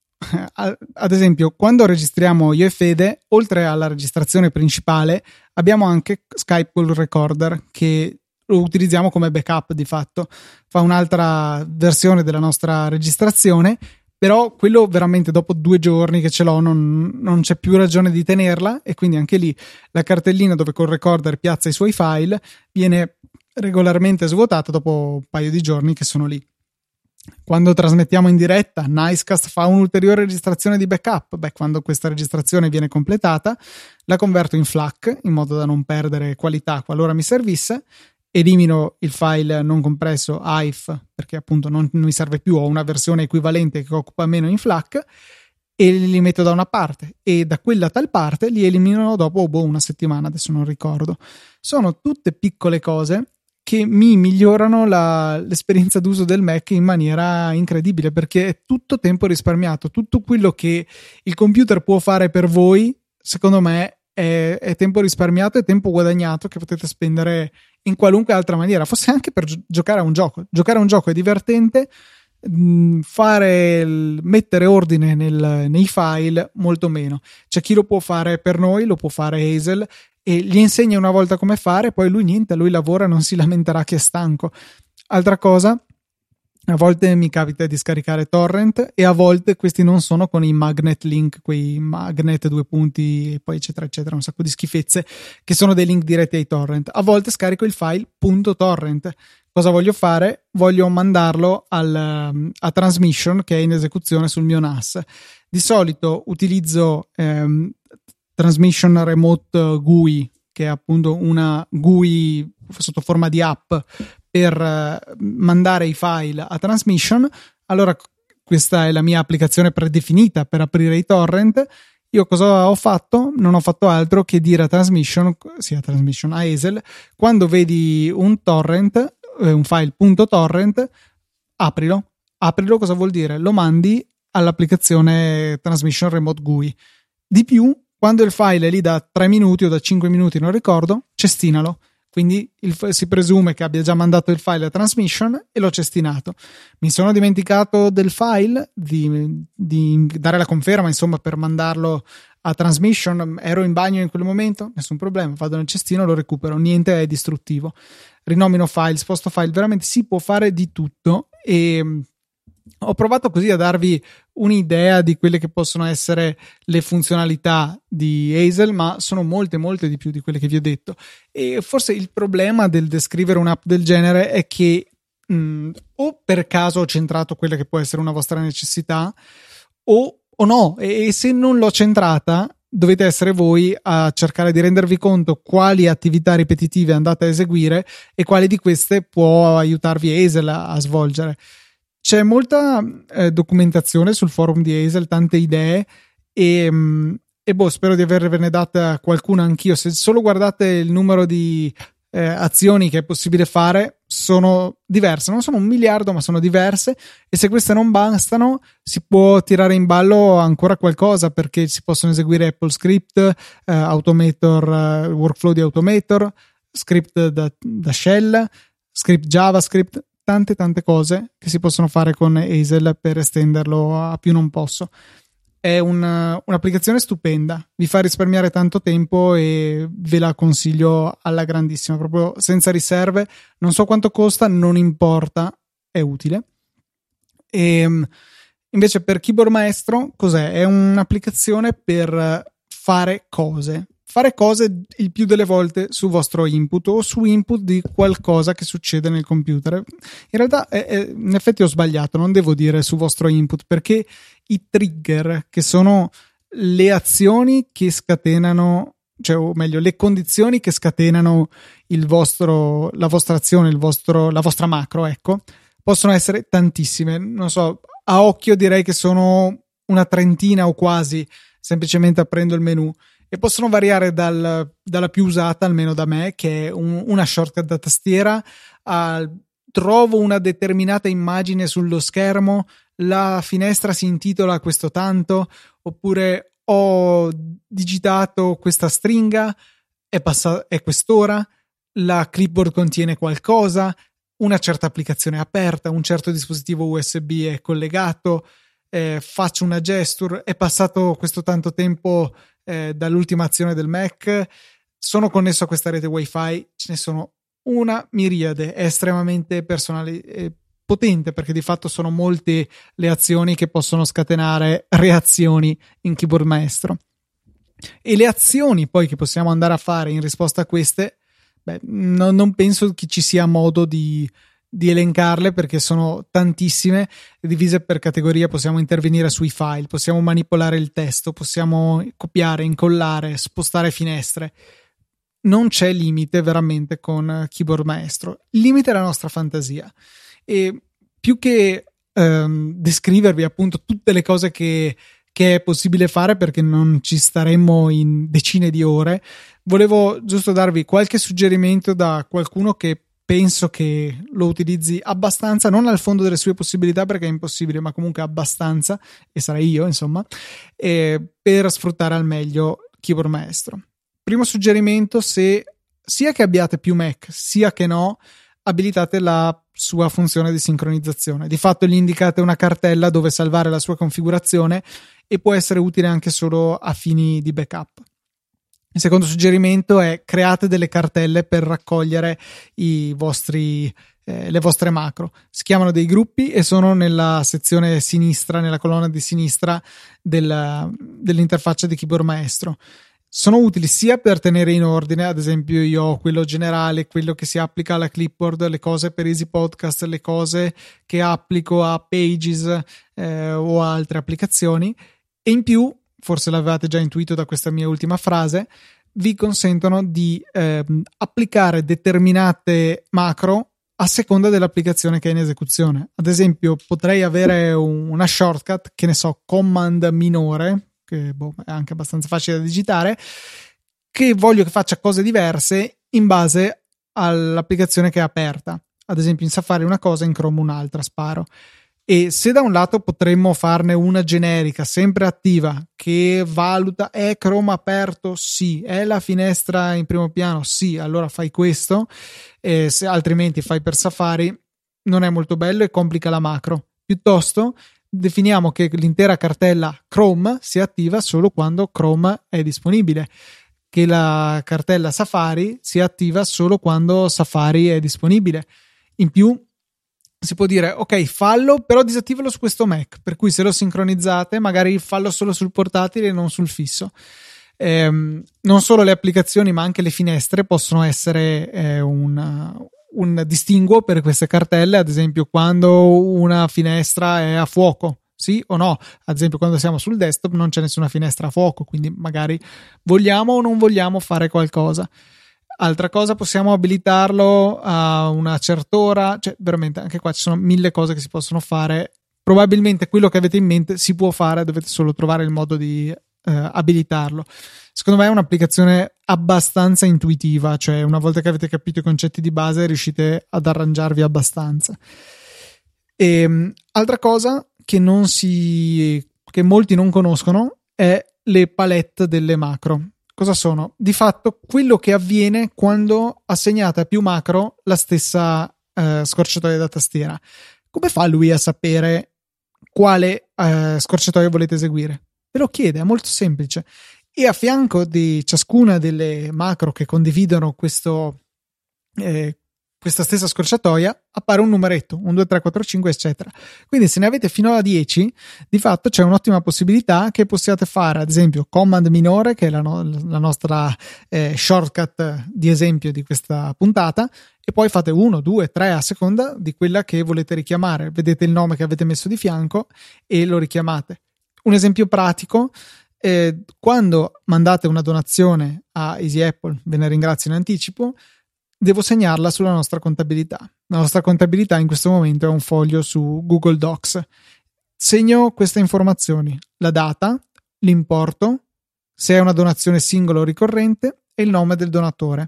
ad esempio quando registriamo io e Fede, oltre alla registrazione principale abbiamo anche Skype Call Recorder, che lo utilizziamo come backup. Di fatto fa un'altra versione della nostra registrazione, però quello veramente dopo 2 giorni che ce l'ho non c'è più ragione di tenerla, e quindi anche lì la cartellina dove col recorder piazza i suoi file viene regolarmente svuotata dopo un paio di giorni che sono lì. Quando trasmettiamo in diretta, Nicecast fa un'ulteriore registrazione di backup. Quando questa registrazione viene completata, la converto in FLAC in modo da non perdere qualità qualora mi servisse, elimino il file non compresso AIF perché appunto non mi serve più, ho una versione equivalente che occupa meno in FLAC e li metto da una parte, e da quella tal parte li elimino dopo una settimana, adesso non ricordo. Sono tutte piccole cose che mi migliorano l'esperienza d'uso del Mac in maniera incredibile, perché è tutto tempo risparmiato. Tutto quello che il computer può fare per voi, secondo me, è tempo risparmiato e tempo guadagnato che potete spendere in qualunque altra maniera, forse anche per giocare a un gioco. Giocare a un gioco è divertente, mettere ordine nei file molto meno. C'è chi lo può fare per noi, lo può fare Hazel, e gli insegna una volta come fare, poi lui lavora, non si lamenterà che è stanco. Altra cosa, a volte mi capita di scaricare torrent e a volte questi non sono con i magnet link, quei magnet 2 punti e poi eccetera eccetera, un sacco di schifezze che sono dei link diretti ai torrent. A volte scarico il file .torrent. Cosa voglio fare? Voglio mandarlo a Transmission, che è in esecuzione sul mio NAS. Di solito utilizzo Transmission Remote GUI, che è appunto una GUI sotto forma di app per mandare i file a Transmission. Allora questa è la mia applicazione predefinita per aprire i torrent. Io cosa ho fatto? Non ho fatto altro che dire a Transmission, a Hazel, quando vedi un torrent, un file .torrent, aprilo. Cosa vuol dire? Lo mandi all'applicazione Transmission Remote GUI. Di più, quando il file è lì da 3 minuti o da 5 minuti, non ricordo, cestinalo. Quindi si presume che abbia già mandato il file a Transmission e l'ho cestinato. Mi sono dimenticato del file, di dare la conferma, insomma, per mandarlo a Transmission. Ero in bagno in quel momento, nessun problema, vado nel cestino, lo recupero, niente è distruttivo. Rinomino file, sposto file, veramente si può fare di tutto, e ho provato così a darvi un'idea di quelle che possono essere le funzionalità di Hazel, ma sono molte di più di quelle che vi ho detto. E forse il problema del descrivere un'app del genere è che o per caso ho centrato quella che può essere una vostra necessità o no, e se non l'ho centrata dovete essere voi a cercare di rendervi conto quali attività ripetitive andate a eseguire e quali di queste può aiutarvi Hazel a svolgere. C'è molta documentazione sul forum di Hazel, tante idee, e spero di avervene data qualcuna anch'io. Se solo guardate il numero di azioni che è possibile fare, sono diverse, non sono 1 miliardo ma sono diverse, e se queste non bastano si può tirare in ballo ancora qualcosa, perché si possono eseguire Apple Script, Automator, workflow di Automator, script da shell, script JavaScript, tante cose che si possono fare con Hazel per estenderlo a più non posso. È un'applicazione stupenda, vi fa risparmiare tanto tempo e ve la consiglio alla grandissima, proprio senza riserve. Non so quanto costa, non importa, è utile. E invece per Keyboard Maestro cos'è? È un'applicazione per fare cose il più delle volte su vostro input o su input di qualcosa che succede nel computer. In realtà in effetti ho sbagliato, non devo dire su vostro input, perché i trigger, che sono le azioni che scatenano, cioè o meglio le condizioni che scatenano la vostra azione, la vostra macro, ecco, possono essere tantissime. Non so, a occhio direi che sono una trentina o quasi, semplicemente aprendo il menu, e possono variare dalla più usata, almeno da me, che è una shortcut da tastiera, trovo una determinata immagine sullo schermo, la finestra si intitola questo tanto, oppure ho digitato questa stringa, è quest'ora, la clipboard contiene qualcosa, una certa applicazione è aperta, un certo dispositivo USB è collegato, faccio una gesture, è passato questo tanto tempo dall'ultima azione del Mac, sono connesso a questa rete wifi. Ce ne sono una miriade, è estremamente personale, potente, perché di fatto sono molte le azioni che possono scatenare reazioni in Keyboard Maestro, e le azioni poi che possiamo andare a fare in risposta a queste, non penso che ci sia modo di elencarle, perché sono tantissime, divise per categoria. Possiamo intervenire sui file, possiamo manipolare il testo, possiamo copiare, incollare, spostare finestre. non c'è limite veramente con Keyboard Maestro. Il limite è la nostra fantasia, e più che descrivervi appunto tutte le cose che è possibile fare, perché non ci staremmo in decine di ore, volevo giusto darvi qualche suggerimento da qualcuno che penso che lo utilizzi abbastanza, non al fondo delle sue possibilità perché è impossibile, ma comunque abbastanza, e sarei io insomma, per sfruttare al meglio Keyboard Maestro. Primo suggerimento: se sia che abbiate più Mac sia che no, abilitate la sua funzione di sincronizzazione. Di fatto gli indicate una cartella dove salvare la sua configurazione, e può essere utile anche solo a fini di backup. Il secondo suggerimento è: create delle cartelle per raccogliere le vostre macro. Si chiamano dei gruppi e sono nella sezione sinistra, nella colonna di sinistra dell'interfaccia di Keyboard Maestro. Sono utili sia per tenere in ordine, ad esempio io ho quello generale, quello che si applica alla clipboard, le cose per Easy Podcast, le cose che applico a Pages o a altre applicazioni, e in più, forse l'avevate già intuito da questa mia ultima frase, vi consentono di applicare determinate macro a seconda dell'applicazione che è in esecuzione. Ad esempio, potrei avere una shortcut, che ne so, command minore, che è anche abbastanza facile da digitare, che voglio che faccia cose diverse in base all'applicazione che è aperta. Ad esempio in Safari una cosa, in Chrome un'altra, sparo. E se da un lato potremmo farne una generica, sempre attiva, che valuta: è Chrome aperto? Sì. È la finestra in primo piano? Sì. Allora fai questo, se altrimenti fai per Safari, non è molto bello e complica la macro. Piuttosto definiamo che l'intera cartella Chrome sia attiva solo quando Chrome è disponibile, che la cartella Safari sia attiva solo quando Safari è disponibile. In più si può dire: ok, fallo, però disattivalo su questo Mac, per cui se lo sincronizzate magari fallo solo sul portatile e non sul fisso. Non solo le applicazioni ma anche le finestre possono essere un distinguo per queste cartelle. Ad esempio, quando una finestra è a fuoco, sì o no. Ad esempio, quando siamo sul desktop non c'è nessuna finestra a fuoco, quindi magari vogliamo o non vogliamo fare qualcosa. Altra cosa, possiamo abilitarlo a una certa ora, cioè veramente anche qua ci sono 1000 cose che si possono fare. Probabilmente quello che avete in mente si può fare, dovete solo trovare il modo di abilitarlo. Secondo me è un'applicazione abbastanza intuitiva, cioè una volta che avete capito i concetti di base riuscite ad arrangiarvi abbastanza. Altra cosa che molti non conoscono è le palette delle macro. Cosa sono? Di fatto quello che avviene quando assegnate a più macro la stessa scorciatoia da tastiera. Come fa lui a sapere quale scorciatoia volete eseguire? Ve lo chiede, è molto semplice. E a fianco di ciascuna delle macro che condividono questa stessa scorciatoia appare un numeretto, 1, 2, 3, 4, 5 eccetera. Quindi se ne avete fino a 10, di fatto c'è un'ottima possibilità che possiate fare, ad esempio, command minore, che è la nostra shortcut di esempio di questa puntata, e poi fate 1, 2, 3 a seconda di quella che volete richiamare. Vedete il nome che avete messo di fianco e lo richiamate. Un esempio pratico: quando mandate una donazione a Easy Apple, ve ne ringrazio in anticipo, devo segnarla sulla nostra contabilità. La nostra contabilità in questo momento è un foglio su Google Docs. Segno queste informazioni: la data, l'importo, se è una donazione singola o ricorrente, e il nome del donatore.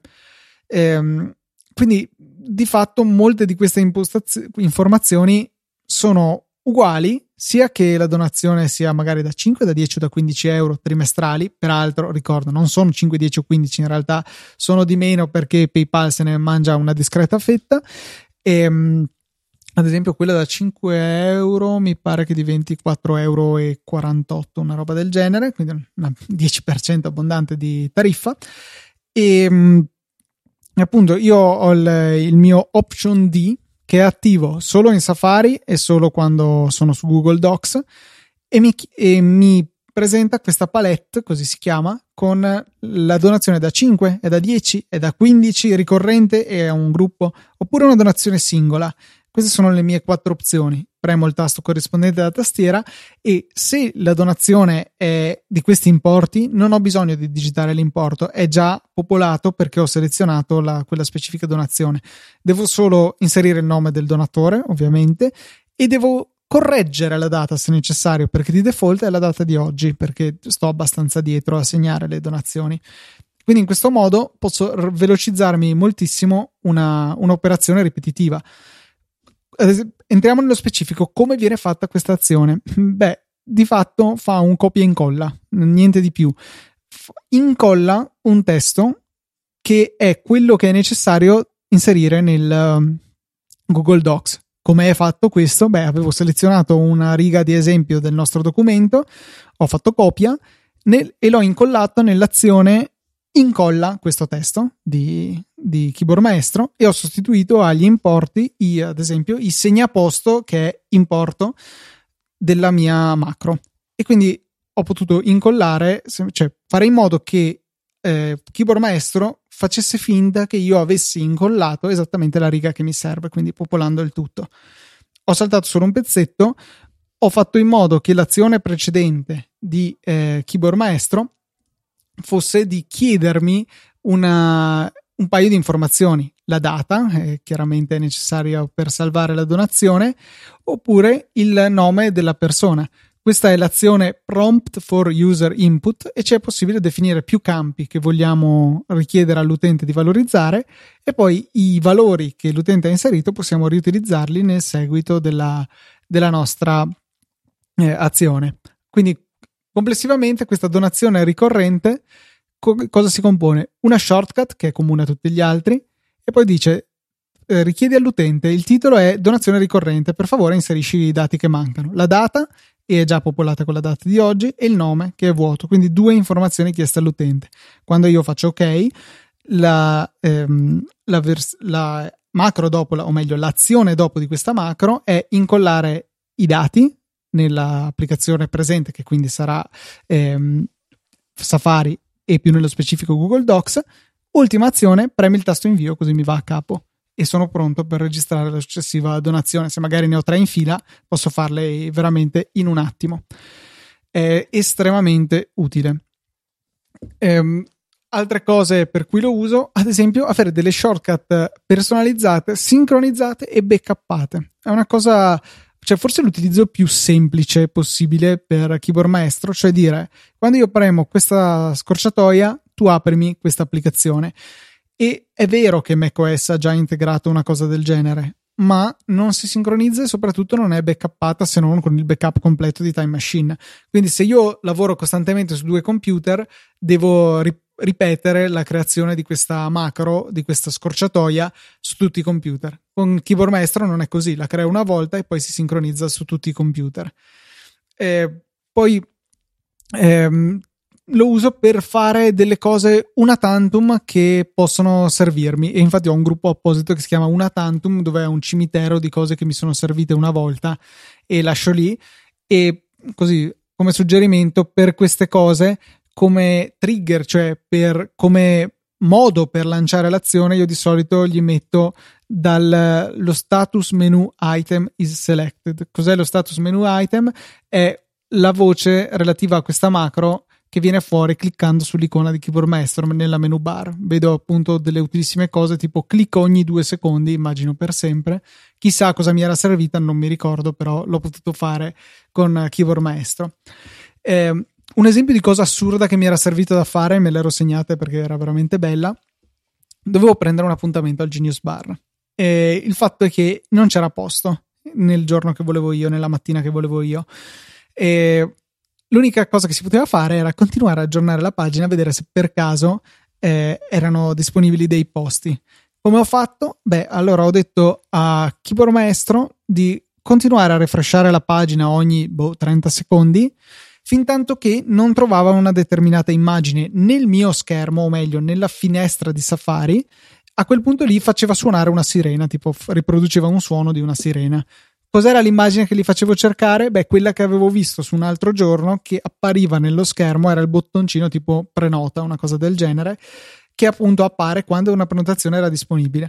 Quindi di fatto molte di queste informazioni sono uguali, sia che la donazione sia magari da 5, da 10 o da 15 euro trimestrali. Peraltro ricordo, non sono 5, 10 o 15, in realtà sono di meno perché PayPal se ne mangia una discreta fetta. Ad esempio quella da 5 euro mi pare che diventi 4,48 euro, una roba del genere, quindi un 10% abbondante di tariffa. E appunto io ho il mio Option D, che è attivo solo in Safari e solo quando sono su Google Docs, e mi presenta questa palette, così si chiama, con la donazione da 5, e da 10, e da 15 ricorrente e a un gruppo, oppure una donazione singola. Queste sono le mie 4 opzioni. Premo il tasto corrispondente della tastiera e se la donazione è di questi importi non ho bisogno di digitare l'importo, è già popolato perché ho selezionato quella specifica donazione. Devo solo inserire il nome del donatore, ovviamente, e devo correggere la data se necessario, perché di default è la data di oggi, perché sto abbastanza dietro a segnare le donazioni. Quindi in questo modo posso velocizzarmi moltissimo un'operazione ripetitiva. Entriamo nello specifico. Come viene fatta questa azione? Beh, di fatto fa un copia e incolla, niente di più. Incolla un testo che è quello che è necessario inserire nel Google Docs. Come è fatto questo? Beh, avevo selezionato una riga di esempio del nostro documento, ho fatto copia e l'ho incollato nell'azione incolla questo testo di Keyboard Maestro e ho sostituito agli importi ad esempio il segnaposto che è importo della mia macro, e quindi ho potuto incollare, cioè fare in modo che Keyboard Maestro facesse finta che io avessi incollato esattamente la riga che mi serve, quindi popolando il tutto. Ho saltato solo un pezzetto, ho fatto in modo che l'azione precedente di Keyboard Maestro fosse di chiedermi un paio di informazioni: la data, chiaramente è necessaria per salvare la donazione, oppure il nome della persona. Questa è l'azione Prompt for User Input e c'è possibile definire più campi che vogliamo richiedere all'utente di valorizzare, e poi i valori che l'utente ha inserito possiamo riutilizzarli nel seguito della nostra azione. Quindi complessivamente questa donazione ricorrente cosa si compone? Una shortcut che è comune a tutti gli altri e poi dice richiedi all'utente, il titolo è donazione ricorrente, per favore inserisci i dati che mancano, la data è già popolata con la data di oggi e il nome che è vuoto, quindi 2 informazioni chieste all'utente. Quando io faccio ok, la macro dopo, o meglio l'azione dopo di questa macro è incollare i dati nell'applicazione presente, che quindi sarà Safari e più nello specifico Google Docs. Ultima azione, premi il tasto invio, così mi va a capo e sono pronto per registrare la successiva donazione. Se magari ne ho 3 in fila posso farle veramente in un attimo. È estremamente utile. Altre cose per cui lo uso, ad esempio avere delle shortcut personalizzate, sincronizzate e backuppate. È una cosa, cioè forse l'utilizzo più semplice possibile per Keyboard Maestro, cioè dire quando io premo questa scorciatoia tu aprimi questa applicazione. E è vero che macOS ha già integrato una cosa del genere, ma non si sincronizza e soprattutto non è backuppata se non con il backup completo di Time Machine. Quindi se io lavoro costantemente su 2 computer devo ripetere la creazione di questa macro, di questa scorciatoia su tutti i computer. Con Keyboard Maestro non è così, la creo una volta e poi si sincronizza su tutti i computer. Poi lo uso per fare delle cose una tantum che possono servirmi, e infatti ho un gruppo apposito che si chiama Una Tantum, dove è un cimitero di cose che mi sono servite una volta e lascio lì, e così come suggerimento per queste cose, come trigger, cioè come modo per lanciare l'azione, io di solito gli metto lo status menu item is selected. Cos'è lo status menu item? È la voce relativa a questa macro che viene fuori cliccando sull'icona di Keyboard Maestro nella menu bar. Vedo appunto delle utilissime cose tipo clicco ogni 2 secondi, immagino per sempre. Chissà cosa mi era servita, non mi ricordo, però l'ho potuto fare con Keyboard Maestro. Un esempio di cosa assurda che mi era servito da fare, me l'ero segnata perché era veramente bella. Dovevo prendere un appuntamento al Genius Bar e il fatto è che non c'era posto nel giorno che volevo io, nella mattina che volevo io, e l'unica cosa che si poteva fare era continuare a aggiornare la pagina, vedere se per caso erano disponibili dei posti. Come ho fatto? Beh, allora ho detto a Keyboard Maestro di continuare a refreshare la pagina ogni 30 secondi, fin tanto che non trovava una determinata immagine nel mio schermo, o meglio nella finestra di Safari. A quel punto lì faceva suonare una sirena, tipo riproduceva un suono di una sirena. Cos'era l'immagine che li facevo cercare? Beh, quella che avevo visto su un altro giorno, che appariva nello schermo, era il bottoncino tipo prenota, una cosa del genere, che appunto appare quando una prenotazione era disponibile.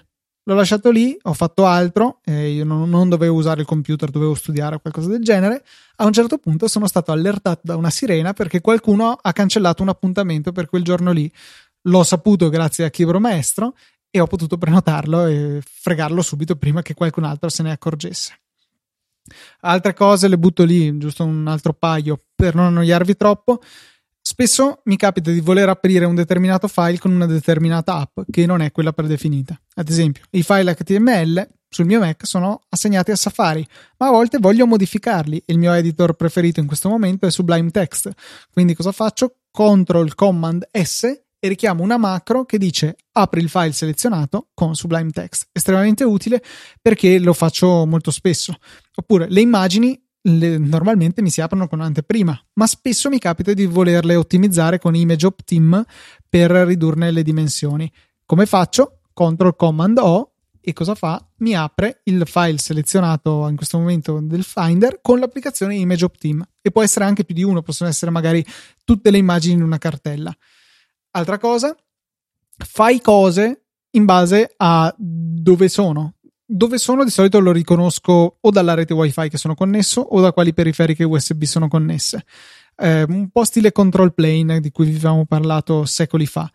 l'ho lasciato lì, ho fatto altro, io non dovevo usare il computer, dovevo studiare o qualcosa del genere. A un certo punto sono stato allertato da una sirena perché qualcuno ha cancellato un appuntamento per quel giorno lì. L'ho saputo grazie a Keyboard Maestro e ho potuto prenotarlo e fregarlo subito prima che qualcun altro se ne accorgesse. Altre cose le butto lì, giusto un altro paio per non annoiarvi troppo. Spesso mi capita di voler aprire un determinato file con una determinata app che non è quella predefinita. Ad esempio, i file HTML sul mio Mac sono assegnati a Safari, ma a volte voglio modificarli e il mio editor preferito in questo momento è Sublime Text. Quindi cosa faccio? Ctrl Command S e richiamo una macro che dice apri il file selezionato con Sublime Text. Estremamente utile perché lo faccio molto spesso. Oppure le immagini normalmente mi si aprono con un'anteprima, ma spesso mi capita di volerle ottimizzare con Image Optim per ridurne le dimensioni. Come faccio? Ctrl Command O e cosa fa? Mi apre il file selezionato in questo momento del Finder con l'applicazione Image Optim, e può essere anche più di uno, possono essere magari tutte le immagini in una cartella. Altra cosa, fai cose in base a dove sono. Dove sono di solito lo riconosco o dalla rete wifi che sono connesso o da quali periferiche USB sono connesse. Un po' stile control plane di cui vi avevamo parlato secoli fa.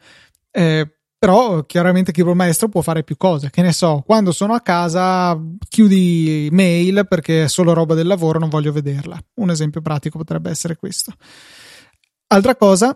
Però chiaramente Keyboard Maestro può fare più cose. Che ne so, quando sono a casa chiudi mail perché è solo roba del lavoro, non voglio vederla. Un esempio pratico potrebbe essere questo. Altra cosa,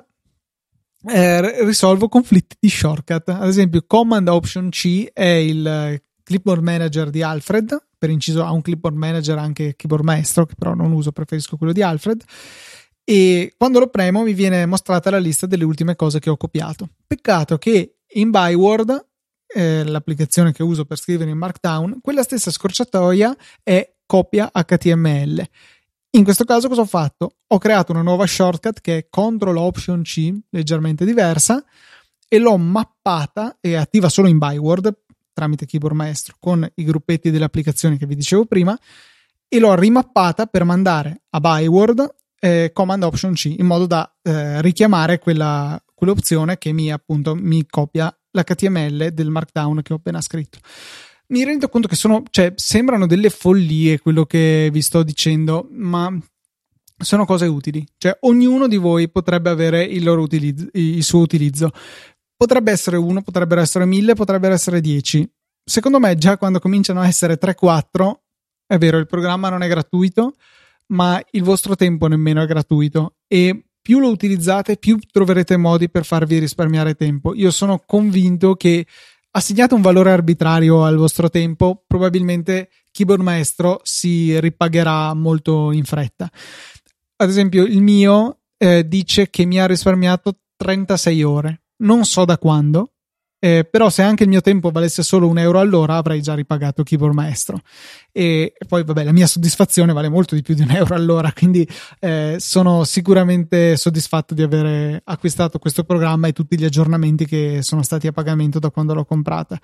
risolvo conflitti di shortcut. Ad esempio Command Option C è il clipboard manager di Alfred, per inciso ha un clipboard manager anche Keyboard Maestro, che però non uso, preferisco quello di Alfred, e quando lo premo mi viene mostrata la lista delle ultime cose che ho copiato. Peccato che in Byword, l'applicazione che uso per scrivere in Markdown, quella stessa scorciatoia è copia HTML. In questo caso cosa ho fatto? Ho creato una nuova shortcut che è Ctrl Option C, leggermente diversa, e l'ho mappata, e attiva solo in Byword tramite Keyboard Maestro con i gruppetti delle applicazioni che vi dicevo prima, e l'ho rimappata per mandare a Byword Command Option C in modo da richiamare quell'opzione che mi copia l'HTML del Markdown che ho appena scritto. Mi rendo conto che sembrano delle follie quello che vi sto dicendo, ma sono cose utili. Cioè, ognuno di voi potrebbe avere il suo utilizzo. Potrebbe essere 1, potrebbero essere 1000, potrebbero essere 10. Secondo me, già quando cominciano a essere 3-4, è vero, il programma non è gratuito, ma il vostro tempo nemmeno è gratuito, e più lo utilizzate, più troverete modi per farvi risparmiare tempo. Io sono convinto che assegnate un valore arbitrario al vostro tempo, probabilmente Keyboard Maestro si ripagherà molto in fretta. Ad esempio, il mio dice che mi ha risparmiato 36 ore. Non so da quando, però se anche il mio tempo valesse solo €1 all'ora avrei già ripagato Keyboard Maestro, e poi vabbè, la mia soddisfazione vale molto di più di €1 all'ora, quindi sono sicuramente soddisfatto di aver acquistato questo programma e tutti gli aggiornamenti che sono stati a pagamento da quando l'ho comprata.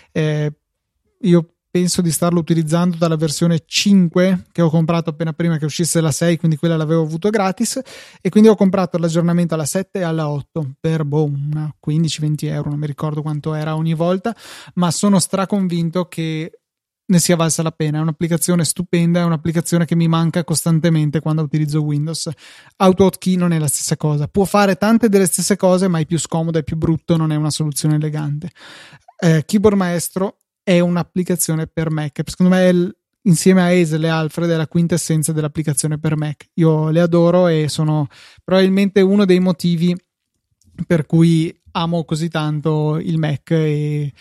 Io penso di starlo utilizzando dalla versione 5 che ho comprato appena prima che uscisse la 6, quindi quella l'avevo avuto gratis, e quindi ho comprato l'aggiornamento alla 7 e alla 8 per una 15-20 euro, non mi ricordo quanto era ogni volta, ma sono straconvinto che ne sia valsa la pena. È un'applicazione stupenda, è un'applicazione che mi manca costantemente quando utilizzo Windows. AutoHotkey non è la stessa cosa, può fare tante delle stesse cose, ma è più scomodo, è più brutto, non è una soluzione elegante. Keyboard Maestro è un'applicazione per Mac. Secondo me insieme a Hazel e Alfred è la quintessenza dell'applicazione per Mac. Io le adoro e sono probabilmente uno dei motivi per cui amo così tanto il Mac, e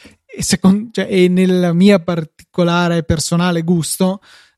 nel mio particolare personale gusto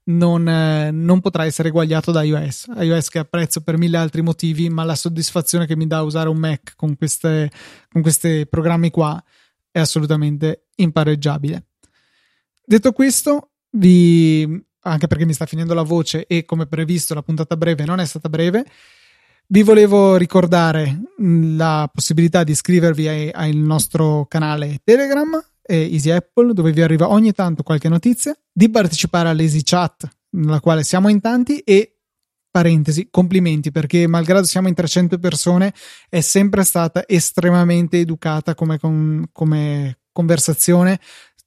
non potrà essere eguagliato da iOS che apprezzo per 1000 altri motivi, ma la soddisfazione che mi dà usare un Mac con questi programmi qua è assolutamente impareggiabile. Detto questo, anche perché mi sta finendo la voce e come previsto la puntata breve non è stata breve, vi volevo ricordare la possibilità di iscrivervi al nostro canale Telegram, Easy Apple, dove vi arriva ogni tanto qualche notizia, di partecipare all'Easy Chat, nella quale siamo in tanti, e parentesi, complimenti, perché malgrado siamo in 300 persone è sempre stata estremamente educata come conversazione.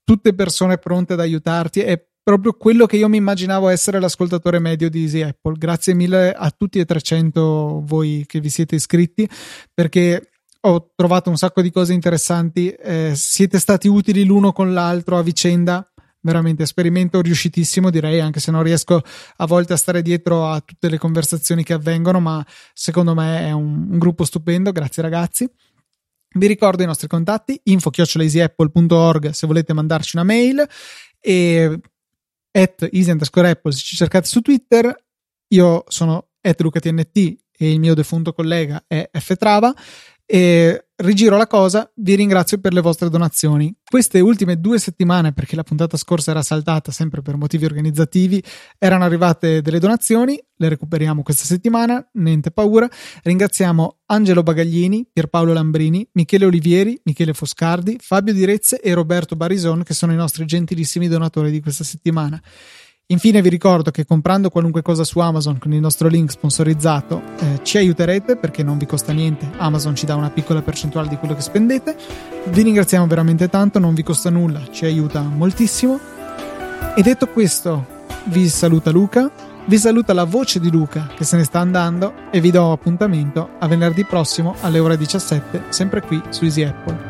tutte persone pronte ad aiutarti. È proprio quello che io mi immaginavo essere l'ascoltatore medio di Easy Apple. Grazie mille a tutti e 300 voi che vi siete iscritti, perché ho trovato un sacco di cose interessanti, siete stati utili l'uno con l'altro a vicenda. Veramente esperimento riuscitissimo, direi, anche se non riesco a volte a stare dietro a tutte le conversazioni che avvengono, ma secondo me è un gruppo stupendo. Grazie ragazzi. Vi ricordo i nostri contatti: info@easyapple.org se volete mandarci una mail, e @easy_apple se ci cercate su Twitter. Io sono @lucatnt e il mio defunto collega è ftrava. E rigiro la cosa, vi ringrazio per le vostre donazioni. Queste ultime 2 settimane, perché la puntata scorsa era saltata sempre per motivi organizzativi, erano arrivate delle donazioni, le recuperiamo questa settimana, niente paura. Ringraziamo Angelo Bagaglini, Pierpaolo Lambrini, Michele Olivieri, Michele Foscardi, Fabio Direzze e Roberto Barison, che sono i nostri gentilissimi donatori di questa settimana. Infine vi ricordo che comprando qualunque cosa su Amazon con il nostro link sponsorizzato ci aiuterete, perché non vi costa niente, Amazon ci dà una piccola percentuale di quello che spendete. Vi ringraziamo veramente tanto, non vi costa nulla, ci aiuta moltissimo. E detto questo, vi saluta Luca, vi saluta la voce di Luca che se ne sta andando, e vi do appuntamento a venerdì prossimo alle ore 17, sempre qui su Easy Apple.